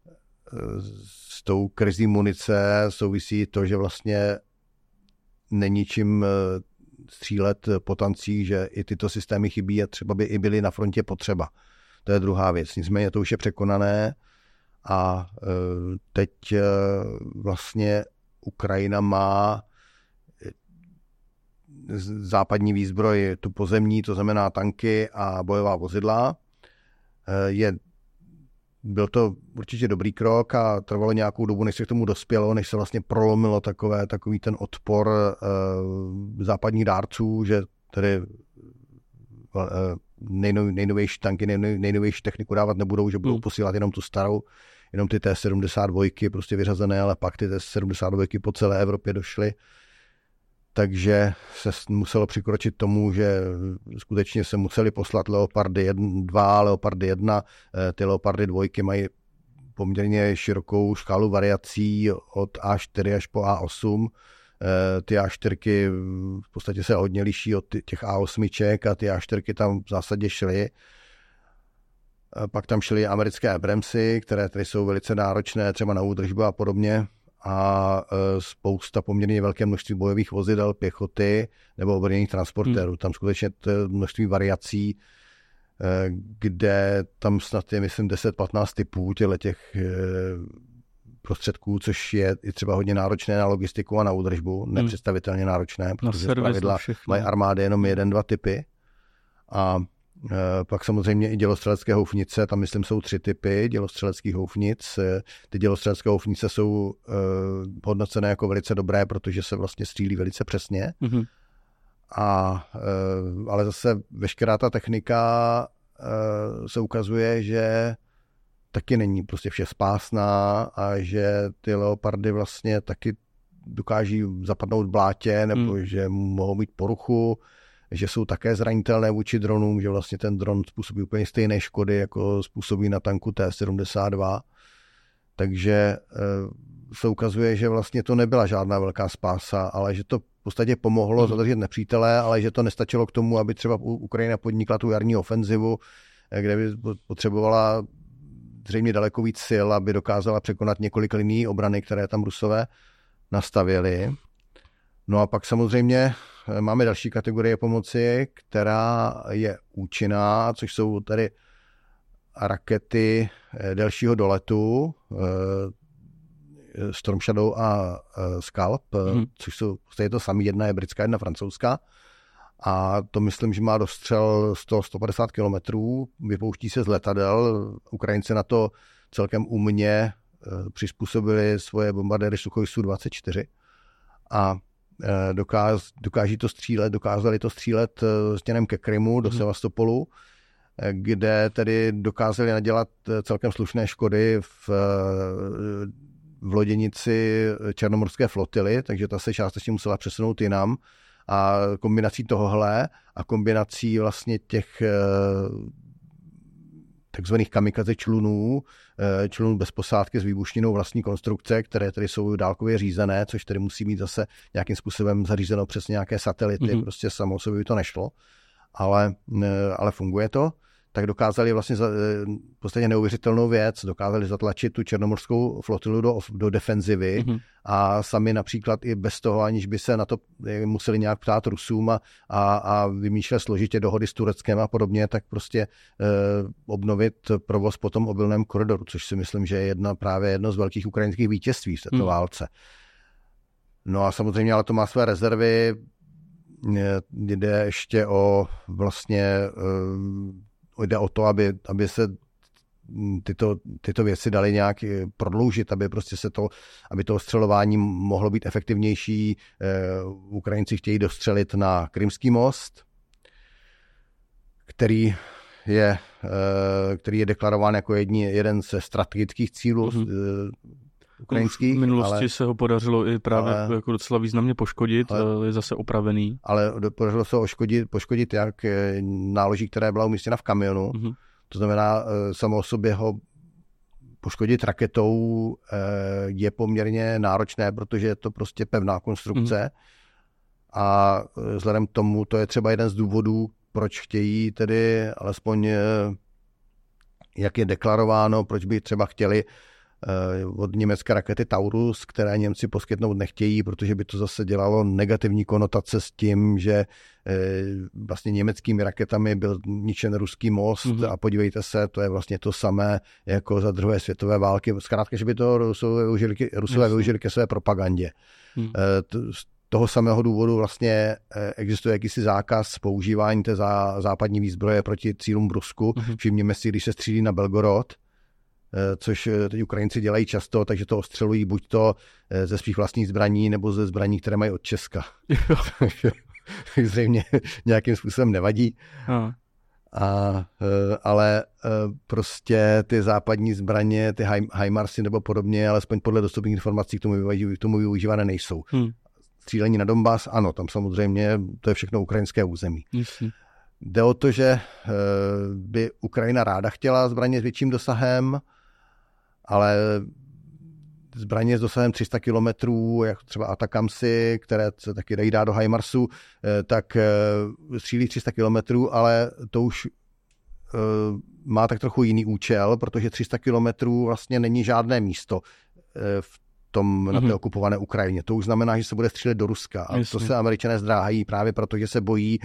s tou krizí munice souvisí to, že vlastně není čím střílet po tancích, že i tyto systémy chybí a třeba by i byly na frontě potřeba. To je druhá věc. Nicméně to už je překonané a teď vlastně Ukrajina má západní výzbroj, tu pozemní, to znamená tanky a bojová vozidla. Je, byl to určitě dobrý krok a trvalo nějakou dobu, než se k tomu dospělo, než se vlastně prolomilo takové, takový ten odpor uh, západních dárců, že tedy uh, nejnov, nejnovější tanky, nejnov, nejnovější techniku dávat nebudou, že budou hmm. posílat jenom tu starou, jenom ty T sedmdesát dva prostě vyřazené, ale pak ty T sedmdesát dva po celé Evropě došly. Takže se muselo přikročit tomu, že skutečně se museli poslat Leopardy dva, Leopardy jedna. Ty Leopardy dvojky mají poměrně širokou škálu variací od A čtyři až po A osm. Ty A čtyřky v podstatě se hodně liší od těch A osm a ty A čtyřky tam v zásadě šly. Pak tam šly americké Abramsy, které tady jsou velice náročné třeba na údržbu a podobně. A spousta poměrně velké množství bojových vozidel, pěchoty nebo obrněných transportérů. Hmm. Tam skutečně to je množství variací, kde tam snad je, myslím, deset patnáct typů těch prostředků, což je i třeba hodně náročné na logistiku a na údržbu, hmm. nepředstavitelně náročné, protože zpravidla mají armády jenom jeden, dva typy. A pak samozřejmě i dělostřelecké houfnice, tam myslím jsou tři typy dělostřeleckých houfnic. Ty dělostřelecké houfnice jsou uh, hodnocené jako velice dobré, protože se vlastně střílí velice přesně. Mm-hmm. A, uh, ale zase veškerá ta technika uh, se ukazuje, že taky není prostě vše spásná a že ty Leopardy vlastně taky dokáží zapadnout v blátě nebo mm. že mohou mít poruchu, že jsou také zranitelné vůči dronům, že vlastně ten dron způsobí úplně stejné škody, jako způsobí na tanku T sedmdesát dva. Takže se ukazuje, že vlastně to nebyla žádná velká spása, ale že to v podstatě pomohlo mm. zadržet nepřítele, ale že to nestačilo k tomu, aby třeba Ukrajina podnikla tu jarní ofenzivu, kde by potřebovala zřejmě daleko víc sil, aby dokázala překonat několik linií obrany, které tam Rusové nastavili. No a pak samozřejmě máme další kategorie pomoci, která je účinná, což jsou tady rakety delšího doletu, Storm Shadow a Scalp, hmm. což jsou stejně to samý, jedna je britská, jedna francouzská. A to myslím, že má dostřel sto až sto padesát kilometrů, vypouští se z letadel. Ukrajinci na to celkem umně přizpůsobili svoje bombardéry Suchoj Su dvacet čtyři a dokáz, dokáží to střílet, dokázali to střílet směrem ke Krymu do hmm. Sevastopolu, kde tedy dokázali nadělat celkem slušné škody v, v loděnici černomorské flotily, takže ta se částečně musela přesunout jinam. A kombinací tohohle a kombinací vlastně těch takzvaných kamikaze člunů, člunů bez posádky s výbušninou vlastní konstrukce, které tedy jsou dálkově řízené, což tedy musí být zase nějakým způsobem zařízeno přes nějaké satelity, mm-hmm. prostě samo sobě by to nešlo, ale, ale funguje to. Tak dokázali vlastně za, v podstatě neuvěřitelnou věc, dokázali zatlačit tu černomorskou flotilu do, do defenzivy mm-hmm. a sami například i bez toho, aniž by se na to museli nějak ptát Rusům a, a, a vymýšlet složitě dohody s Tureckem a podobně, tak prostě e, obnovit provoz po tom obilném koridoru, což si myslím, že je jedna, právě jedno z velkých ukrajinských vítězství v této mm. válce. No a samozřejmě, ale to má své rezervy, jde ještě o vlastně e, jde o to, aby, aby se tyto, tyto věci daly nějak prodloužit, aby prostě se to, aby to ostřelování mohlo být efektivnější. Ukrajinci chtějí dostřelit na Krymský most, který je, který je deklarován jako jedni, jeden ze strategických cílů mm-hmm. ukrajinských. V minulosti ale, se ho podařilo i právě ale, jako docela významně poškodit, ale, je zase opravený. Ale podařilo se ho škodit, poškodit jak náloží, která byla umístěna v kamionu. Mm-hmm. To znamená, samo o sobě ho poškodit raketou je poměrně náročné, protože je to prostě pevná konstrukce. Mm-hmm. A vzhledem k tomu, to je třeba jeden z důvodů, proč chtějí tedy, alespoň jak je deklarováno, proč by třeba chtěli od německé rakety Taurus, které Němci poskytnout nechtějí, protože by to zase dělalo negativní konotace s tím, že vlastně německými raketami byl ničen ruský most mm-hmm. a podívejte se, to je vlastně to samé jako za druhé světové války. Zkrátka, že by to Rusové využili, Rusové využili ke své propagandě. Mm. Z toho samého důvodu vlastně existuje jakýsi zákaz používání té západní výzbroje proti cílům v Rusku. Mm-hmm. Všimněme si, když se střílí na Belgorod, což teď Ukrajinci dělají často, takže to ostřelují buď to ze svých vlastních zbraní, nebo ze zbraní, které mají od Česka. Zřejmě nějakým způsobem nevadí. A. A, ale prostě ty západní zbraně, ty HIMARSy nebo podobně, alespoň podle dostupných informací k tomu, k tomu využívané nejsou. Hmm. Střílení na Donbas, ano, tam samozřejmě to je všechno ukrajinské území. Jasně. Jde o to, že by Ukrajina ráda chtěla zbraně s větším dosahem, ale zbraně s dosahem tři sta kilometrů, jak třeba Atakamsy, které se taky dají dát do HIMARSu, tak střílí tři sta kilometrů, ale to už má tak trochu jiný účel, protože tři sta kilometrů vlastně není žádné místo v tom, mm-hmm. na té okupované Ukrajině. To už znamená, že se bude střílet do Ruska. A Jasně. to se Američané zdráhají právě proto, že se bojí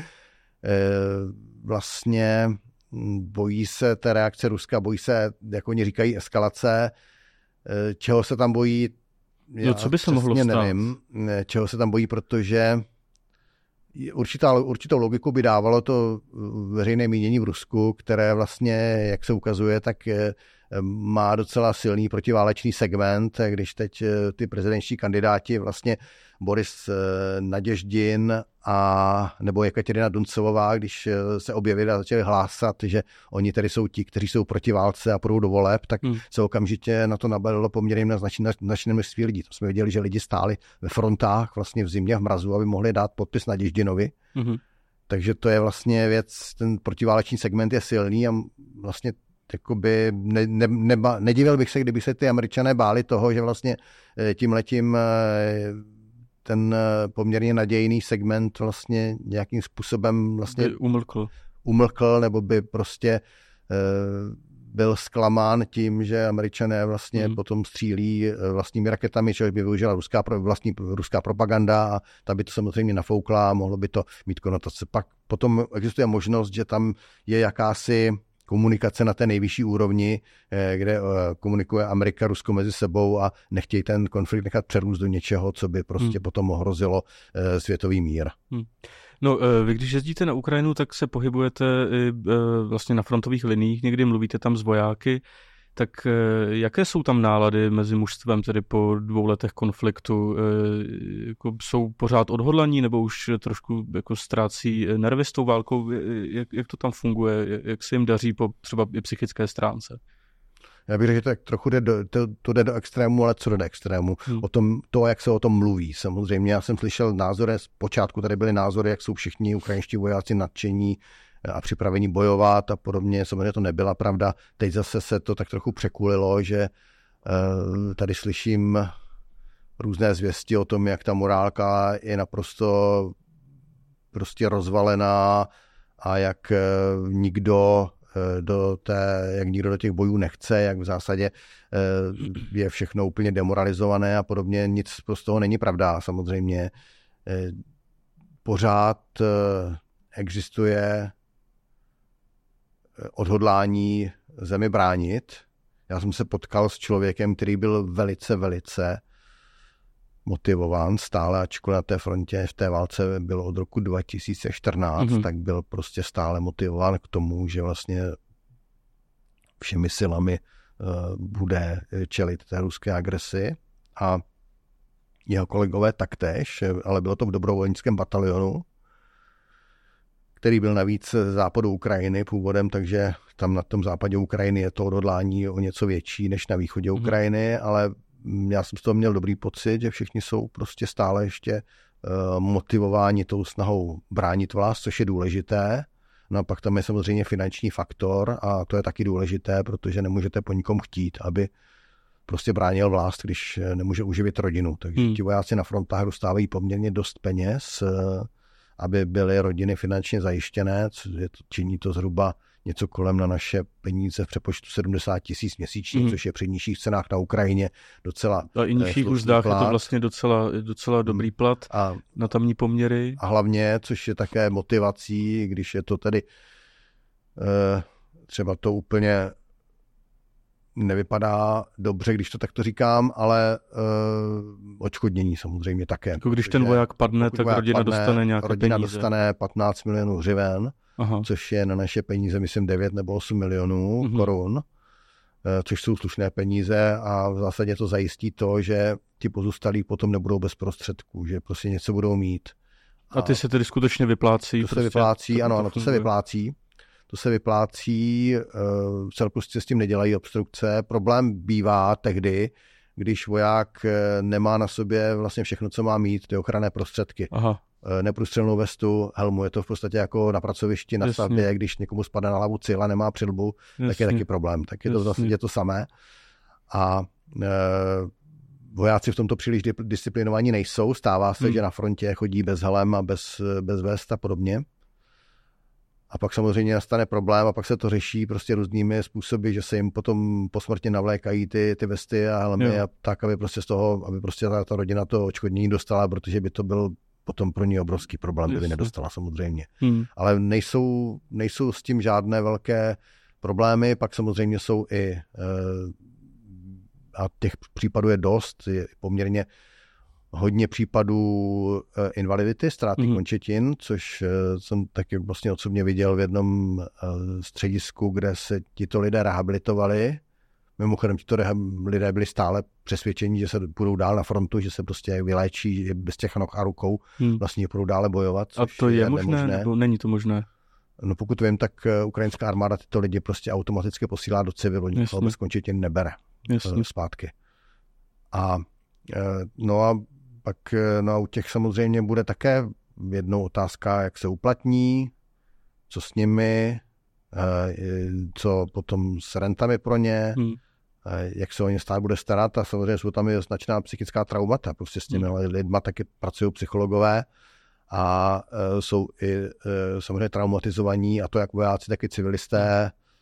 vlastně bojí se té reakce Ruska, bojí se, jak oni říkají, eskalace. Čeho se tam bojí? No, co by se mohlo stát? Nevím, čeho se tam bojí, protože určitá, určitou logiku by dávalo to veřejné mínění v Rusku, které vlastně, jak se ukazuje, tak má docela silný protiválečný segment, když teď ty prezidentští kandidáti vlastně Boris Naděždin a nebo Jekaterina Duncovová, když se objevili a začali hlásat, že oni tedy jsou ti, kteří jsou proti válce a půjdou do voleb, tak hmm. se okamžitě na to nabalilo poměrně značné množství lidí. To jsme viděli, že lidi stáli ve frontách vlastně v zimě, v mrazu, aby mohli dát podpis Naděždinovi. Hmm. Takže to je vlastně věc, ten protiválečný segment je silný a vlastně jakoby ne, ne, neba, nedivil bych se, kdyby se ty Američané báli toho, že vlastně tímhletím ten poměrně nadějný segment vlastně nějakým způsobem vlastně by umlkl. umlkl, nebo by prostě byl zklamán tím, že Američané vlastně hmm. potom střílí vlastními raketami, což by využila ruská, vlastní ruská propaganda a ta by to samozřejmě nafoukla a mohlo by to mít konotace. Pak potom existuje možnost, že tam je jakási komunikace na té nejvyšší úrovni, kde komunikuje Amerika, Rusko mezi sebou a nechtějí ten konflikt nechat přerůst do něčeho, co by prostě hmm. potom ohrozilo světový mír. Hmm. No, vy když jezdíte na Ukrajinu, tak se pohybujete i vlastně na frontových liních, někdy mluvíte tam s vojáky, tak jaké jsou tam nálady mezi mužstvem tedy po dvou letech konfliktu? Jako jsou pořád odhodlaní nebo už trošku jako ztrácí nervy s tou válkou? Jak, jak to tam funguje? Jak se jim daří po třeba i psychické stránce? Já bych řekl, že to tak trochu jde do, to, to jde do extrému, ale co jde do extrému? Hmm. O tom, to, jak se o tom mluví. Samozřejmě já jsem slyšel názory, z počátku tady byly názory, jak jsou všichni ukrajinští vojáci nadšení a připravení bojovat a podobně. Samozřejmě to nebyla pravda. Teď zase se to tak trochu překulilo, že uh, tady slyším různé zvěsti o tom, jak ta morálka je naprosto prostě rozvalená a jak uh, nikdo do té, jak nikdo do těch bojů nechce, jak v zásadě je všechno úplně demoralizované a podobně. Nic z toho není pravda. Samozřejmě pořád existuje odhodlání zemi bránit. Já jsem se potkal s člověkem, který byl velice, velice motivován stále, ačkoliv na té frontě v té válce byl od roku dva tisíce čtrnáct, mm-hmm. tak byl prostě stále motivován k tomu, že vlastně všemi silami uh, bude čelit té ruské agresi a jeho kolegové taktéž, ale bylo to v dobrovolnickém batalionu, který byl navíc z západu Ukrajiny původem, takže tam na tom západě Ukrajiny je to odhodlání o něco větší než na východě mm-hmm. Ukrajiny, ale já jsem z toho měl dobrý pocit, že všichni jsou prostě stále ještě uh, motivováni tou snahou bránit vlast, což je důležité. No a pak tam je samozřejmě finanční faktor a to je taky důležité, protože nemůžete po nikom chtít, aby prostě bránil vlast, když nemůže uživit rodinu. Takže hmm. ti vojáci na frontách dostávají poměrně dost peněz, aby byly rodiny finančně zajištěné, činí to zhruba něco kolem na naše peníze v přepočtu sedmdesát tisíc měsíčně, mm. což je při nižších cenách na Ukrajině docela a i nižších úzdách je to vlastně docela, docela dobrý plat a, na tamní poměry. A hlavně, což je také motivací, když je to tedy eh, třeba to úplně nevypadá dobře, když to takto říkám, ale uh, odškodnění samozřejmě také. Jako když ten voják padne, tak voják rodina padne, dostane nějaké rodina peníze. dostane patnáct milionů hřiven, Aha. což je na naše peníze, myslím, devět nebo osm milionů uh-huh. korun, uh, což jsou slušné peníze a v zásadě to zajistí to, že ti pozůstalí potom nebudou bez prostředků, že prostě něco budou mít. A, a ty se tedy skutečně vyplácí? To prostě, se vyplácí, to, ano, to, ano, to se vyplácí. To se vyplácí, celé prostě s tím nedělají obstrukce. Problém bývá tehdy, když voják nemá na sobě vlastně všechno, co má mít, ty ochranné prostředky. Aha. Neprůstřelnou vestu, helmu, je to v podstatě jako na pracovišti, na stavbě, když někomu spadne na hlavu cihla, nemá přilbu, Jasně. tak je taky problém. Tak je to vlastně to samé. A e, vojáci v tomto příliš disciplinovaní nejsou. Stává se, hmm. že na frontě chodí bez helem a bez, bez vest a podobně. A pak samozřejmě nastane problém a pak se to řeší prostě různými způsoby, že se jim potom posmrtně navlékají ty, ty vesty a helmy a tak, aby prostě z toho, aby prostě ta, ta rodina to odškodnění dostala, protože by to byl potom pro ní obrovský problém, kdyby nedostala samozřejmě. Hmm. Ale nejsou, nejsou s tím žádné velké problémy, pak samozřejmě jsou i, a těch případů je dost, je poměrně hodně případů invalidity, ztráty mm. končetin, což jsem taky vlastně osobně viděl v jednom středisku, kde se tito lidé rehabilitovali. Mimochodem, tito lidé byli stále přesvědčení, že se budou dál na frontu, že se prostě vyléčí bez těch noh a rukou, mm. vlastně budou dále bojovat. A to je, je možné, nemožné. Nebo není to možné? No pokud vím, tak ukrajinská armáda tyto lidi prostě automaticky posílá do civilu, nikoho bez končetin nebere Jasně. zpátky. A no a pak no a u těch samozřejmě bude také jednou otázka, jak se uplatní, co s nimi, co potom s rentami pro ně, hmm. jak se o ně stát bude starat a samozřejmě jsou tam i značná psychická traumata. Prostě s těmi hmm. lidma taky pracují psychologové a jsou i samozřejmě traumatizovaní a to jak vojáci, tak i civilisté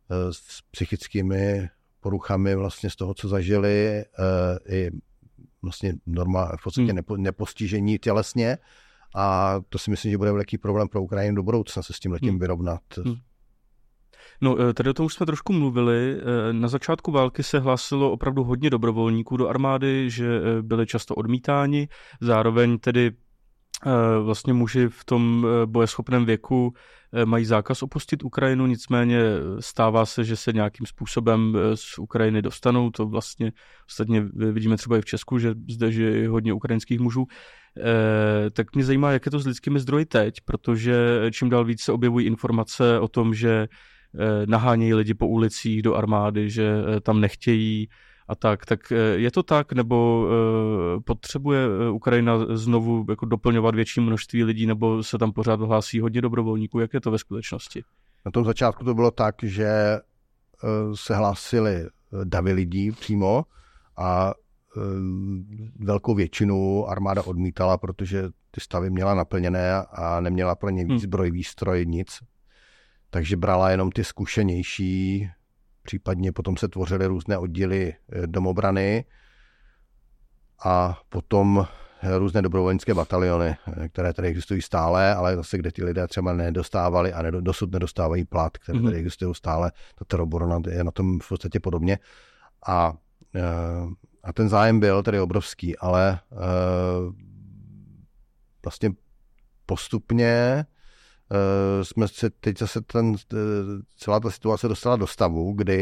s psychickými poruchami vlastně z toho, co zažili, i vlastně norma, v podstatě nepo, nepostižení tělesně. A to si myslím, že bude velký problém pro Ukrajinu do budoucna se s tím letím vyrovnat. Hmm. No, tady o tom už jsme trošku mluvili. Na začátku války se hlásilo opravdu hodně dobrovolníků do armády, že byli často odmítáni. Zároveň tedy vlastně muži v tom bojeschopném věku mají zákaz opustit Ukrajinu, nicméně stává se, že se nějakým způsobem z Ukrajiny dostanou. To vlastně ostatně vidíme třeba i v Česku, že zde žije hodně ukrajinských mužů. Tak mě zajímá, jak je to s lidskými zdroji teď, protože čím dál víc se objevují informace o tom, že nahánějí lidi po ulicích do armády, že tam nechtějí a tak. Tak je to tak, nebo potřebuje Ukrajina znovu jako doplňovat větší množství lidí, nebo se tam pořád hlásí hodně dobrovolníků? Jak je to ve skutečnosti? Na tom začátku to bylo tak, že se hlásili davy lidí přímo a velkou většinu armáda odmítala, protože ty stavy měla naplněné a neměla pro ně víc zbroj, výstroj, nic. Takže brala jenom ty zkušenější, případně potom se tvořily různé oddíly domobrany a potom různé dobrovolnické bataliony, které tady existují stále, ale zase, kde ty lidé třeba nedostávali a dosud nedostávají plat, které tady existují stále, ta terobrana je na tom v podstatě podobně. A, a ten zájem byl tedy obrovský, ale vlastně postupně jsme se teď zase ten, celá ta situace dostala do stavu, kdy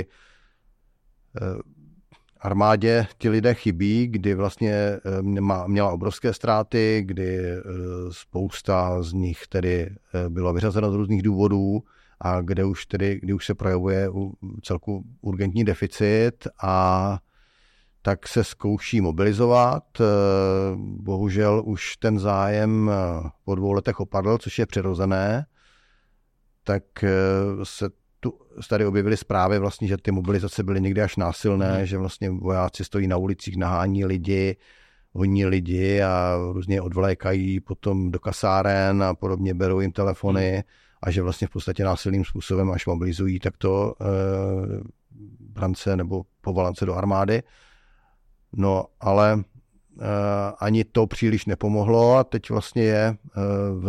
armádě ti lidé chybí, kdy vlastně měla obrovské ztráty, kdy spousta z nich tedy bylo vyřazeno z různých důvodů a kde už tedy, kdy už se projevuje celku urgentní deficit a tak se zkouší mobilizovat. Bohužel už ten zájem po dvou letech opadl, což je přirozené. Tak se tu tady objevily zprávy, vlastně, že ty mobilizace byly někdy až násilné, mm. že vlastně vojáci stojí na ulicích, nahání lidi, honí lidi a různě odvlékají potom do kasáren a podobně, berou jim telefony mm. a že vlastně v podstatě násilným způsobem, až mobilizují takto eh, brance nebo povolance do armády. No, ale uh, ani to příliš nepomohlo a teď vlastně je uh, v,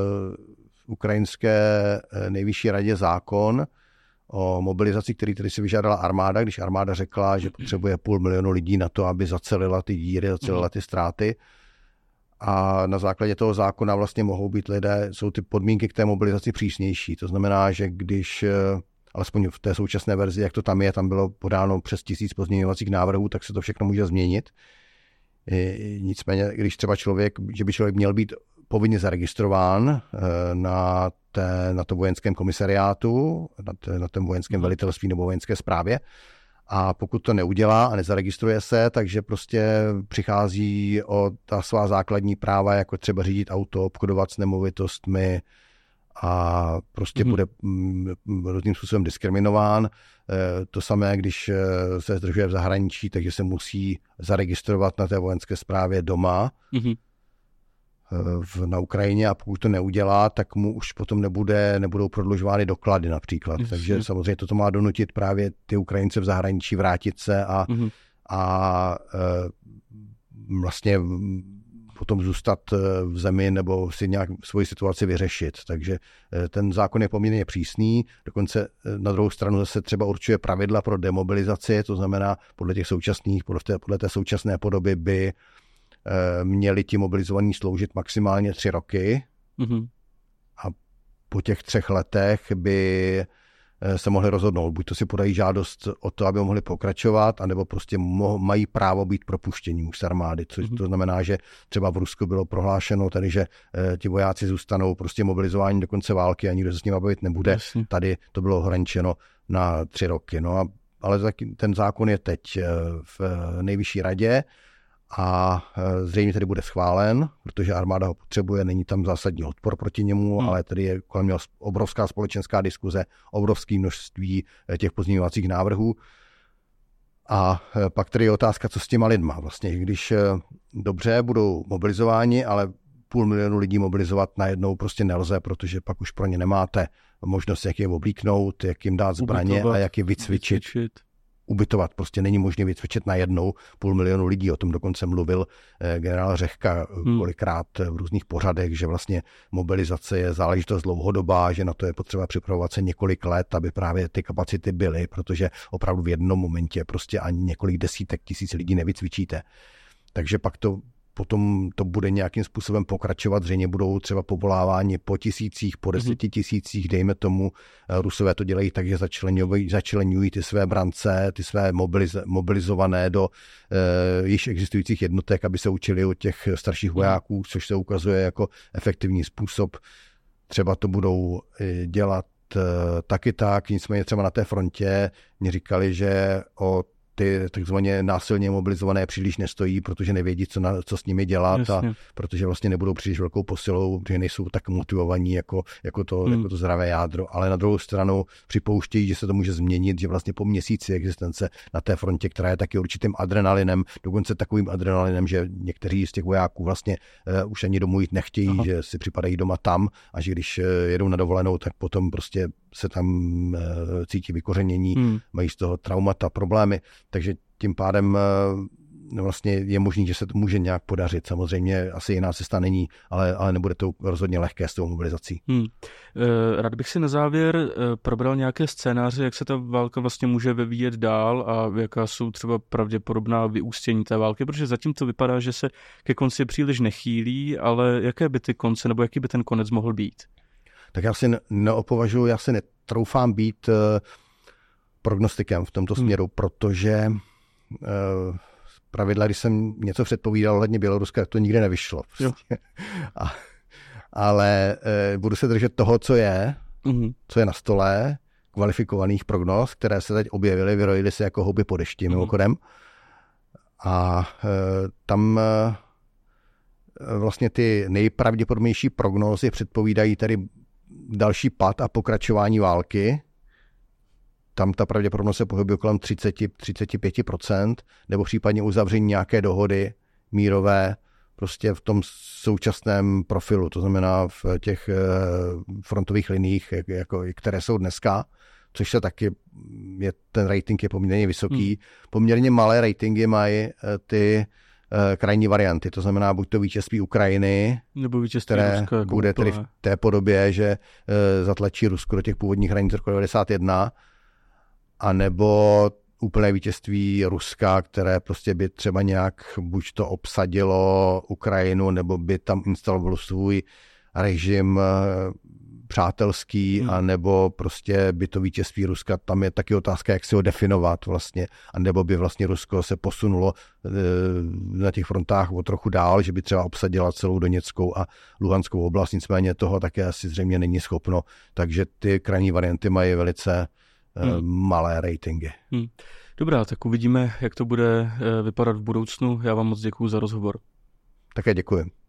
v ukrajinské uh, nejvyšší radě zákon o mobilizaci, který tedy si vyžádala armáda, když armáda řekla, že potřebuje půl milionu lidí na to, aby zacelila ty díry, zacelila ty ztráty. A na základě toho zákona vlastně mohou být lidé, jsou ty podmínky k té mobilizaci přísnější. To znamená, že když uh, alespoň v té současné verzi, jak to tam je, tam bylo podáno přes tisíc pozměňovacích návrhů, tak se to všechno může změnit. Nicméně, když třeba člověk, že by člověk měl být povinně zaregistrován na, té, na tom vojenském komisariátu, na, té, na tom vojenském velitelství nebo vojenské správě, a pokud to neudělá a nezaregistruje se, takže prostě přichází o ta svá základní práva, jako třeba řídit auto, obchodovat s nemovitostmi, a prostě mm-hmm. bude různým způsobem diskriminován. To samé, když se zdržuje v zahraničí, takže se musí zaregistrovat na té vojenské správě doma mm-hmm. v, na Ukrajině a pokud to neudělá, tak mu už potom nebude, nebudou prodlužovány doklady například. Mm-hmm. Takže samozřejmě toto má donutit právě ty Ukrajince v zahraničí vrátit se a, mm-hmm. a e, vlastně potom zůstat v zemi nebo si nějak svoji situaci vyřešit. Takže ten zákon je poměrně přísný, dokonce na druhou stranu zase třeba určuje pravidla pro demobilizaci, to znamená podle těch současných, podle té, podle té současné podoby by měli ti mobilizovaní sloužit maximálně tři roky mm-hmm. a po těch třech letech by se mohli rozhodnout. Buď to si podají žádost o to, aby mohli pokračovat, anebo prostě mo- mají právo být propuštění už z armády, což mm-hmm. to znamená, že třeba v Rusku bylo prohlášeno tady, že e, ti vojáci zůstanou prostě mobilizováni do konce války a nikdo se s nimi bavit nebude. Jasně. Tady to bylo ohraničeno na tři roky. No a, ale ten zákon je teď v nejvyšší radě a zřejmě tedy bude schválen, protože armáda ho potřebuje, není tam zásadní odpor proti němu, hmm. ale tedy je kolem něho obrovská společenská diskuze, obrovské množství těch pozměňovacích návrhů. A pak tedy je otázka, co s těma lidma. Vlastně, když dobře budou mobilizováni, ale půl milionu lidí mobilizovat najednou prostě nelze, protože pak už pro ně nemáte možnost, jak je oblíknout, jak jim dát zbraně ubytovat, a jak je vycvičit. vycvičit. Ubytovat. Prostě není možné vycvičit najednou půl milionu lidí. O tom dokonce mluvil eh, generál Řehka hmm. kolikrát v různých pořadech, že vlastně mobilizace je záležitost dlouhodobá, že na to je potřeba připravovat se několik let, aby právě ty kapacity byly, protože opravdu v jednom momentě prostě ani několik desítek tisíc lidí nevycvičíte. Takže pak to potom to bude nějakým způsobem pokračovat, zřejmě budou třeba povoláváni po tisících, po deseti tisících, dejme tomu, Rusové to dělají tak, že začleňují, začleňují ty své brance, ty své mobiliz, mobilizované do e, již existujících jednotek, aby se učili od těch starších vojáků, což se ukazuje jako efektivní způsob. Třeba to budou dělat e, taky tak, nicméně třeba na té frontě mě říkali, že o ty takzvaně násilně mobilizované příliš nestojí, protože nevědí, co, na, co s nimi dělat a protože vlastně nebudou příliš velkou posilou, protože nejsou tak motivovaní jako, jako, to, hmm. jako to zdravé jádro. Ale na druhou stranu připouštějí, že se to může změnit, že vlastně po měsíci existence na té frontě, která je taky určitým adrenalinem, dokonce takovým adrenalinem, že někteří z těch vojáků vlastně uh, už ani domů jít nechtějí, Aha. že si připadají doma tam a že když uh, jedou na dovolenou, tak potom prostě se tam uh, cítí vykořenění, hmm. mají z toho traumata, problémy. Takže tím pádem no vlastně je možný, že se to může nějak podařit. Samozřejmě asi jiná cesta není, ale, ale nebude to rozhodně lehké s tou mobilizací. Hmm. Rád bych si na závěr probral nějaké scénáře, jak se ta válka vlastně může vyvíjet dál a jaká jsou třeba pravděpodobná vyústění té války, protože zatím to vypadá, že se ke konci příliš nechýlí, ale jaké by ty konce nebo jaký by ten konec mohl být? Tak já si neopovažuji, já si netroufám být prognostikem v tomto směru, hmm. protože uh, pravidla, když jsem něco předpovídal ohledně Běloruska, to nikdy nevyšlo. Prostě. A, ale uh, budu se držet toho, co je, hmm. co je na stole, kvalifikovaných prognóz, které se teď objevily, vyrojily se jako houby po dešti, hmm. mimochodem. A uh, tam uh, vlastně ty nejpravděpodobnější prognózy předpovídají tady další pad a pokračování války. Tam ta pravděpodobnost se pohybuje kolem třicet až třicet pět procent, nebo případně uzavření nějaké dohody mírové prostě v tom současném profilu, to znamená v těch frontových liních, jako, které jsou dneska, což se taky, je, ten rating je poměrně vysoký. Hmm. Poměrně malé ratingy mají ty krajní varianty, to znamená buď to vítězství Ukrajiny, nebo vítězství které Ruska, jako bude tedy v té podobě, že zatlačí Rusko do těch původních hranic roku devadesát jedna, a nebo úplné vítězství Ruska, které prostě by třeba nějak buď to obsadilo Ukrajinu, nebo by tam instalovalo svůj režim přátelský, hmm. a nebo prostě by to vítězství Ruska, tam je taky otázka, jak si ho definovat vlastně, a nebo by vlastně Rusko se posunulo na těch frontách o trochu dál, že by třeba obsadila celou Doněckou a Luhanskou oblast, nicméně toho také asi zřejmě není schopno, takže ty krajní varianty mají velice hmm. malé ratingy. Hmm. Dobrá, tak uvidíme, jak to bude vypadat v budoucnu. Já vám moc děkuju za rozhovor. Také děkuji.